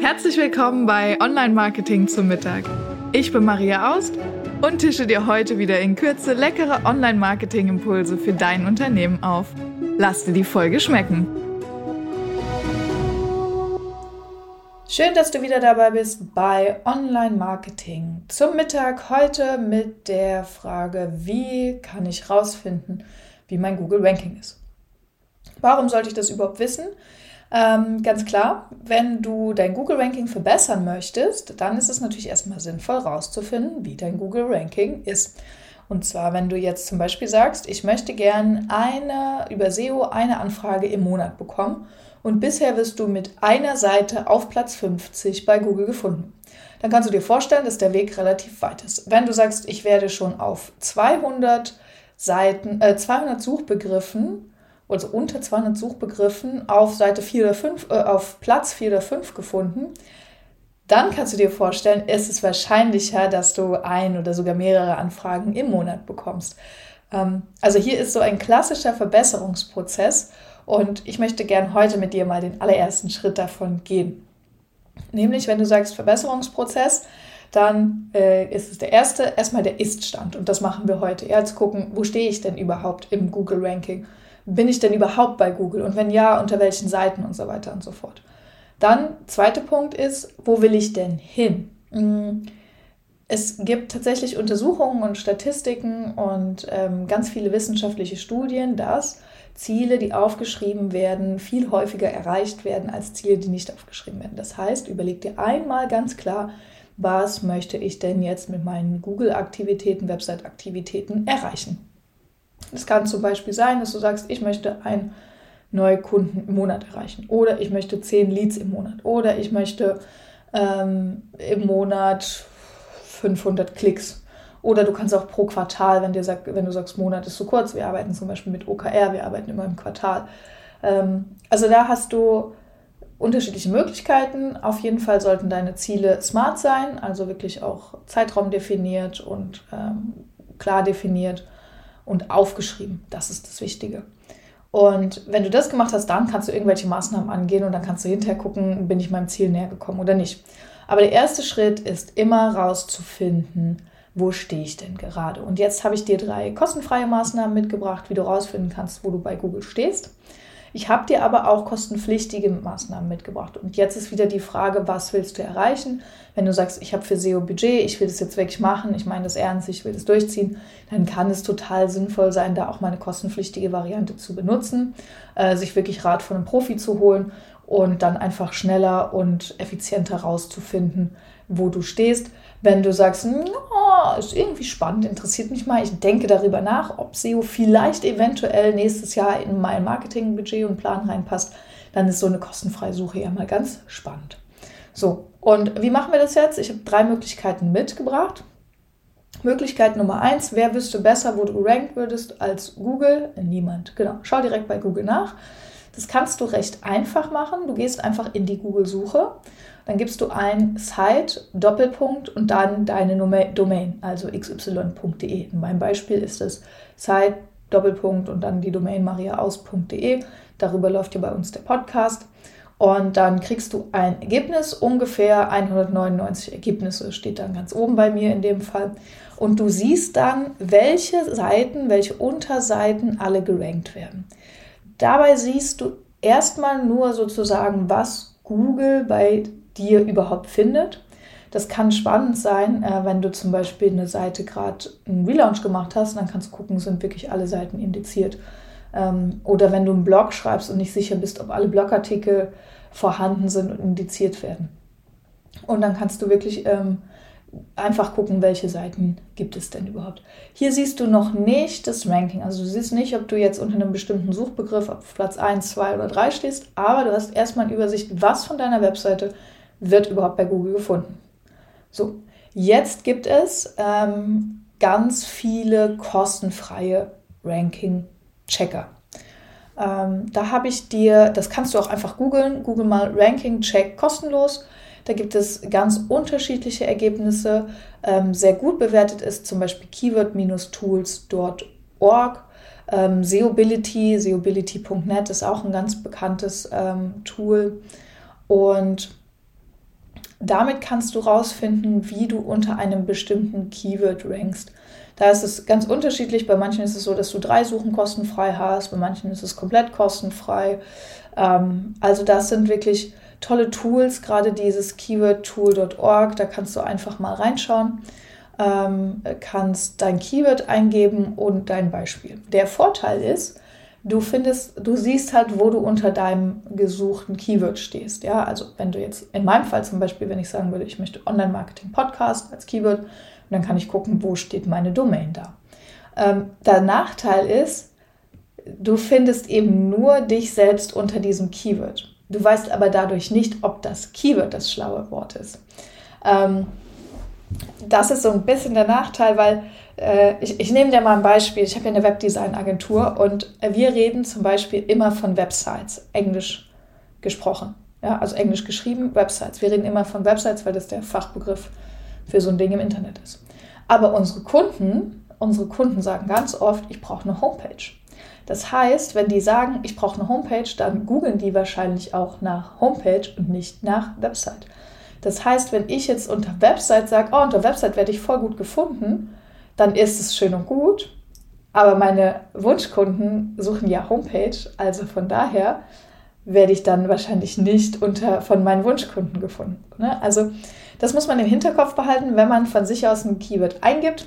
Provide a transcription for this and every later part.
Herzlich willkommen bei Online-Marketing zum Mittag. Ich bin Maria Aust und tische dir heute wieder in Kürze leckere Online-Marketing-Impulse für dein Unternehmen auf. Lass dir die Folge schmecken. Schön, dass du wieder dabei bist bei Online-Marketing zum Mittag. Heute mit der Frage, wie kann ich rausfinden, wie mein Google-Ranking ist? Warum sollte ich das überhaupt wissen? Ganz klar, wenn du dein Google-Ranking verbessern möchtest, dann ist es natürlich erstmal sinnvoll, rauszufinden, wie dein Google-Ranking ist. Und zwar, wenn du jetzt zum Beispiel sagst, ich möchte gern über SEO eine Anfrage im Monat bekommen und bisher wirst du mit einer Seite auf Platz 50 bei Google gefunden. Dann kannst du dir vorstellen, dass der Weg relativ weit ist. Wenn du sagst, ich werde schon auf 200 Suchbegriffen, also unter 200 Suchbegriffen auf Seite 4 oder 5, auf Platz 4 oder 5 gefunden, dann kannst du dir vorstellen, ist es wahrscheinlicher, dass du ein oder sogar mehrere Anfragen im Monat bekommst. Also hier ist so ein klassischer Verbesserungsprozess und ich möchte gern heute mit dir mal den allerersten Schritt davon gehen. Nämlich, wenn du sagst Verbesserungsprozess, dann ist es der erste, erstmal der Ist-Stand und das machen wir heute. Ja, zu gucken, wo stehe ich denn überhaupt im Google-Ranking? Bin ich denn überhaupt bei Google? Und wenn ja, unter welchen Seiten und so weiter und so fort. Dann, zweiter Punkt ist, wo will ich denn hin? Es gibt tatsächlich Untersuchungen und Statistiken und ganz viele wissenschaftliche Studien, dass Ziele, die aufgeschrieben werden, viel häufiger erreicht werden als Ziele, die nicht aufgeschrieben werden. Das heißt, überleg dir einmal ganz klar, was möchte ich denn jetzt mit meinen Google-Aktivitäten, Website-Aktivitäten erreichen? Es kann zum Beispiel sein, dass du sagst, ich möchte einen neuen Kunden im Monat erreichen oder ich möchte 10 Leads im Monat oder ich möchte im Monat 500 Klicks oder du kannst auch pro Quartal, wenn du sagst, Monat ist zu kurz, wir arbeiten zum Beispiel mit OKR, wir arbeiten immer im Quartal. Also da hast du unterschiedliche Möglichkeiten. Auf jeden Fall sollten deine Ziele smart sein, also wirklich auch Zeitraum definiert und klar definiert. Und aufgeschrieben. Das ist das Wichtige. Und wenn du das gemacht hast, dann kannst du irgendwelche Maßnahmen angehen und dann kannst du hinterher gucken, bin ich meinem Ziel näher gekommen oder nicht. Aber der erste Schritt ist immer rauszufinden, wo stehe ich denn gerade. Und jetzt habe ich dir 3 kostenfreie Maßnahmen mitgebracht, wie du rausfinden kannst, wo du bei Google stehst. Ich habe dir aber auch kostenpflichtige Maßnahmen mitgebracht. Und jetzt ist wieder die Frage, was willst du erreichen? Wenn du sagst, ich habe für SEO Budget, ich will das jetzt wirklich machen, ich meine das ernst, ich will das durchziehen, dann kann es total sinnvoll sein, da auch mal eine kostenpflichtige Variante zu benutzen, sich wirklich Rat von einem Profi zu holen und dann einfach schneller und effizienter rauszufinden, wo du stehst. Wenn du sagst, ist irgendwie spannend, interessiert mich mal, ich denke darüber nach, ob SEO vielleicht eventuell nächstes Jahr in mein Marketingbudget und Plan reinpasst, dann ist so eine kostenfreie Suche ja mal ganz spannend. So, und wie machen wir das jetzt? Ich habe 3 Möglichkeiten mitgebracht. Möglichkeit Nummer 1, wer wüsste besser, wo du ranken würdest als Google? Niemand, genau. Schau direkt bei Google nach. Das kannst du recht einfach machen. Du gehst einfach in die Google-Suche. Dann gibst du ein Site, Doppelpunkt und dann deine Domain, also xy.de. In meinem Beispiel ist es Site, Doppelpunkt und dann die Domain mariaaust.de. Darüber läuft hier bei uns der Podcast. Und dann kriegst du ein Ergebnis, ungefähr 199 Ergebnisse, steht dann ganz oben bei mir in dem Fall. Und du siehst dann, welche Seiten, welche Unterseiten alle gerankt werden. Dabei siehst du erstmal nur sozusagen, was Google bei dir überhaupt findet. Das kann spannend sein, wenn du zum Beispiel eine Seite gerade einen Relaunch gemacht hast, dann kannst du gucken, sind wirklich alle Seiten indiziert. Oder wenn du einen Blog schreibst und nicht sicher bist, ob alle Blogartikel vorhanden sind und indiziert werden. Und dann kannst du wirklich einfach gucken, welche Seiten gibt es denn überhaupt. Hier siehst du noch nicht das Ranking. Also du siehst nicht, ob du jetzt unter einem bestimmten Suchbegriff auf Platz 1, 2 oder 3 stehst, aber du hast erstmal eine Übersicht, was von deiner Webseite wird überhaupt bei Google gefunden. So, jetzt gibt es ganz viele kostenfreie Ranking-Checker. Da habe ich dir, das kannst du auch einfach googeln, google mal Ranking-Check kostenlos. Da gibt es ganz unterschiedliche Ergebnisse. Sehr gut bewertet ist zum Beispiel keyword-tools.org. seobility.net ist auch ein ganz bekanntes Tool. Und damit kannst du rausfinden, wie du unter einem bestimmten Keyword rankst. Da ist es ganz unterschiedlich. Bei manchen ist es so, dass du 3 Suchen kostenfrei hast, bei manchen ist es komplett kostenfrei. Also das sind wirklich tolle Tools, gerade dieses keywordtool.org, da kannst du einfach mal reinschauen, kannst dein Keyword eingeben und dein Beispiel. Der Vorteil ist, du siehst halt, wo du unter deinem gesuchten Keyword stehst. Ja, also wenn du jetzt, in meinem Fall zum Beispiel, wenn ich sagen würde, ich möchte Online-Marketing-Podcast als Keyword, dann kann ich gucken, wo steht meine Domain da. Der Nachteil ist, du findest eben nur dich selbst unter diesem Keyword. Du weißt aber dadurch nicht, ob das Keyword das schlaue Wort ist. Das ist so ein bisschen der Nachteil, weil ich nehme dir mal ein Beispiel. Ich habe ja eine Webdesign-Agentur und wir reden zum Beispiel immer von Websites, Englisch gesprochen. Ja, also Englisch geschrieben, Websites. Wir reden immer von Websites, weil das der Fachbegriff für so ein Ding im Internet ist. Aber unsere Kunden sagen ganz oft, ich brauche eine Homepage. Das heißt, wenn die sagen, ich brauche eine Homepage, dann googeln die wahrscheinlich auch nach Homepage und nicht nach Website. Das heißt, wenn ich jetzt unter Website sage, oh, unter Website werde ich voll gut gefunden, dann ist es schön und gut. Aber meine Wunschkunden suchen ja Homepage, also von daher werde ich dann wahrscheinlich nicht von meinen Wunschkunden gefunden. Ne? Also das muss man im Hinterkopf behalten, wenn man von sich aus ein Keyword eingibt,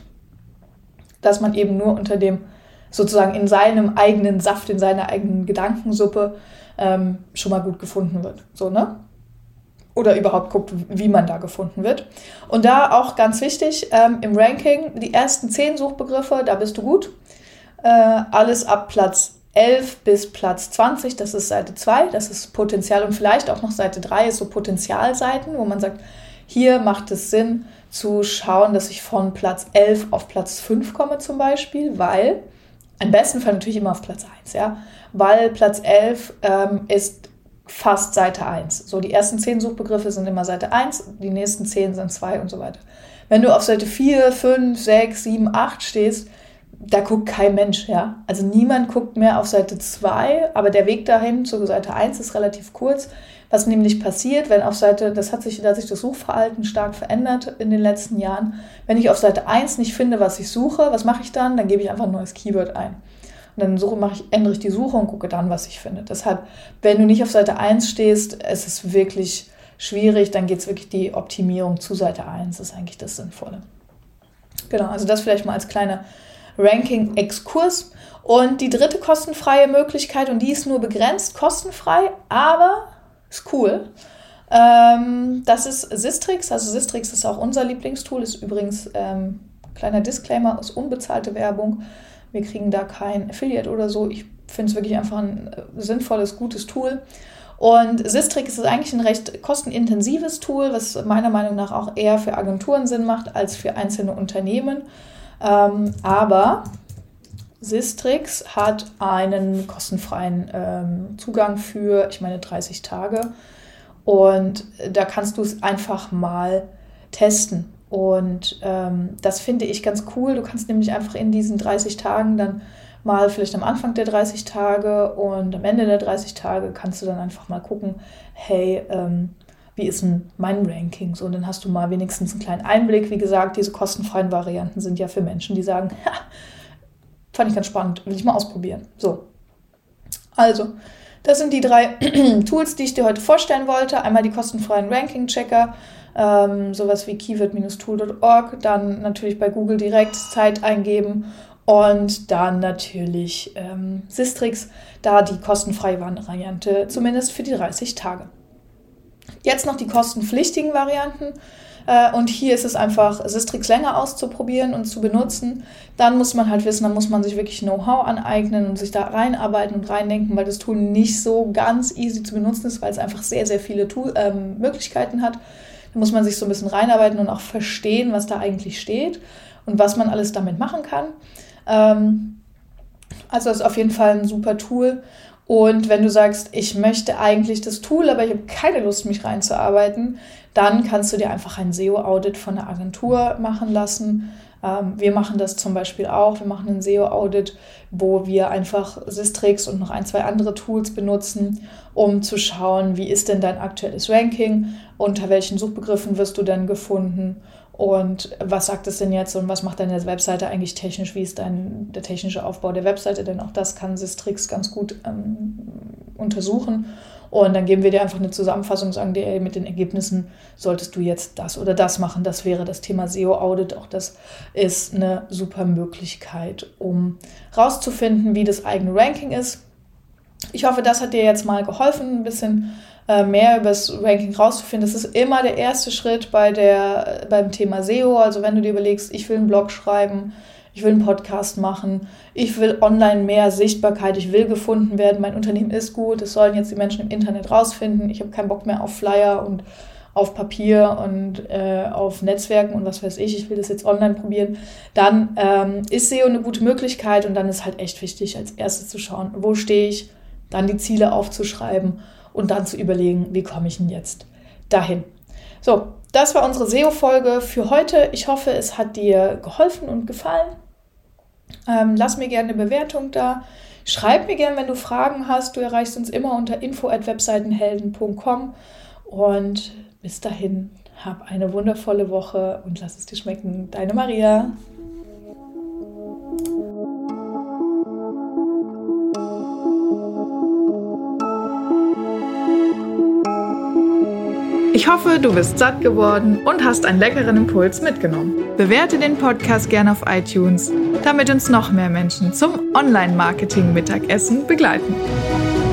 dass man eben nur unter dem sozusagen in seinem eigenen Saft, in seiner eigenen Gedankensuppe schon mal gut gefunden wird. So, ne? Oder überhaupt guckt, wie man da gefunden wird. Und da auch ganz wichtig, im Ranking, die ersten 10 Suchbegriffe, da bist du gut. Alles ab Platz 11 bis Platz 20, das ist Seite 2, das ist Potenzial und vielleicht auch noch Seite 3 ist so Potenzialseiten, wo man sagt, hier macht es Sinn zu schauen, dass ich von Platz 11 auf Platz 5 komme zum Beispiel, weil, im besten Fall natürlich immer auf Platz 1, ja, weil Platz 11 ist fast Seite 1. So, die ersten 10 Suchbegriffe sind immer Seite 1, die nächsten 10 sind 2 und so weiter. Wenn du auf Seite 4, 5, 6, 7, 8 stehst, da guckt kein Mensch, ja. Also niemand guckt mehr auf Seite 2, aber der Weg dahin zur Seite 1 ist relativ kurz. Was nämlich passiert, wenn auf Seite, da hat sich das Suchverhalten stark verändert in den letzten Jahren. Wenn ich auf Seite 1 nicht finde, was ich suche, was mache ich dann? Dann gebe ich einfach ein neues Keyword ein. Und dann ändere ich die Suche und gucke dann, was ich finde. Deshalb, wenn du nicht auf Seite 1 stehst, es ist wirklich schwierig, dann geht es wirklich die Optimierung zu Seite 1, das ist eigentlich das Sinnvolle. Genau, also das vielleicht mal als kleiner Ranking-Exkurs. Und die dritte kostenfreie Möglichkeit, und die ist nur begrenzt kostenfrei, aber ist cool, das ist Sistrix. Also Sistrix ist auch unser Lieblingstool, ist übrigens, kleiner Disclaimer, ist unbezahlte Werbung. Wir kriegen da kein Affiliate oder so. Ich finde es wirklich einfach ein sinnvolles, gutes Tool. Und Sistrix ist eigentlich ein recht kostenintensives Tool, was meiner Meinung nach auch eher für Agenturen Sinn macht als für einzelne Unternehmen. Aber Sistrix hat einen kostenfreien Zugang für, 30 Tage. Und da kannst du es einfach mal testen. Und das finde ich ganz cool. Du kannst nämlich einfach in diesen 30 Tagen dann mal vielleicht am Anfang der 30 Tage und am Ende der 30 Tage kannst du dann einfach mal gucken, hey, wie ist denn mein Ranking? So, und dann hast du mal wenigstens einen kleinen Einblick. Wie gesagt, diese kostenfreien Varianten sind ja für Menschen, die sagen, fand ich ganz spannend, will ich mal ausprobieren. So, also, das sind die 3 Tools, die ich dir heute vorstellen wollte. Einmal die kostenfreien Ranking-Checker, sowas wie keyword-tool.org, dann natürlich bei Google direkt Zeit eingeben und dann natürlich Sistrix, da die kostenfreie Variante, zumindest für die 30 Tage. Jetzt noch die kostenpflichtigen Varianten. Und hier ist es einfach, Sistrix länger auszuprobieren und zu benutzen. Dann muss man halt wissen, dann muss man sich wirklich Know-how aneignen und sich da reinarbeiten und reindenken, weil das Tool nicht so ganz easy zu benutzen ist, weil es einfach sehr, sehr viele Möglichkeiten hat. Da muss man sich so ein bisschen reinarbeiten und auch verstehen, was da eigentlich steht und was man alles damit machen kann. Also ist auf jeden Fall ein super Tool. Und wenn du sagst, ich möchte eigentlich das Tool, aber ich habe keine Lust, mich reinzuarbeiten, dann kannst du dir einfach ein SEO-Audit von einer Agentur machen lassen. Wir machen das zum Beispiel auch. Wir machen einen SEO-Audit, wo wir einfach Sistrix und noch 1, 2 andere Tools benutzen, um zu schauen, wie ist denn dein aktuelles Ranking, unter welchen Suchbegriffen wirst du denn gefunden und was sagt es denn jetzt und was macht deine Webseite eigentlich technisch, wie ist der technische Aufbau der Webseite, denn auch das kann Sistrix ganz gut untersuchen. Und dann geben wir dir einfach eine Zusammenfassung und sagen dir, ey, mit den Ergebnissen solltest du jetzt das oder das machen. Das wäre das Thema SEO-Audit. Auch das ist eine super Möglichkeit, um rauszufinden, wie das eigene Ranking ist. Ich hoffe, das hat dir jetzt mal geholfen, ein bisschen mehr über das Ranking rauszufinden. Das ist immer der erste Schritt beim Thema SEO. Also wenn du dir überlegst, ich will einen Blog schreiben, ich will einen Podcast machen, ich will online mehr Sichtbarkeit, ich will gefunden werden, mein Unternehmen ist gut, es sollen jetzt die Menschen im Internet rausfinden, ich habe keinen Bock mehr auf Flyer und auf Papier und auf Netzwerken und was weiß ich will das jetzt online probieren, dann ist SEO eine gute Möglichkeit und dann ist halt echt wichtig, als erstes zu schauen, wo stehe ich, dann die Ziele aufzuschreiben und dann zu überlegen, wie komme ich denn jetzt dahin. So, das war unsere SEO-Folge für heute. Ich hoffe, es hat dir geholfen und gefallen. Lass mir gerne eine Bewertung da. Schreib mir gerne, wenn du Fragen hast. Du erreichst uns immer unter info@webseitenhelden.com. Und bis dahin, hab eine wundervolle Woche und lass es dir schmecken. Deine Maria. Ich hoffe, du bist satt geworden und hast einen leckeren Impuls mitgenommen. Bewerte den Podcast gerne auf iTunes, damit uns noch mehr Menschen zum Online-Marketing-Mittagessen begleiten.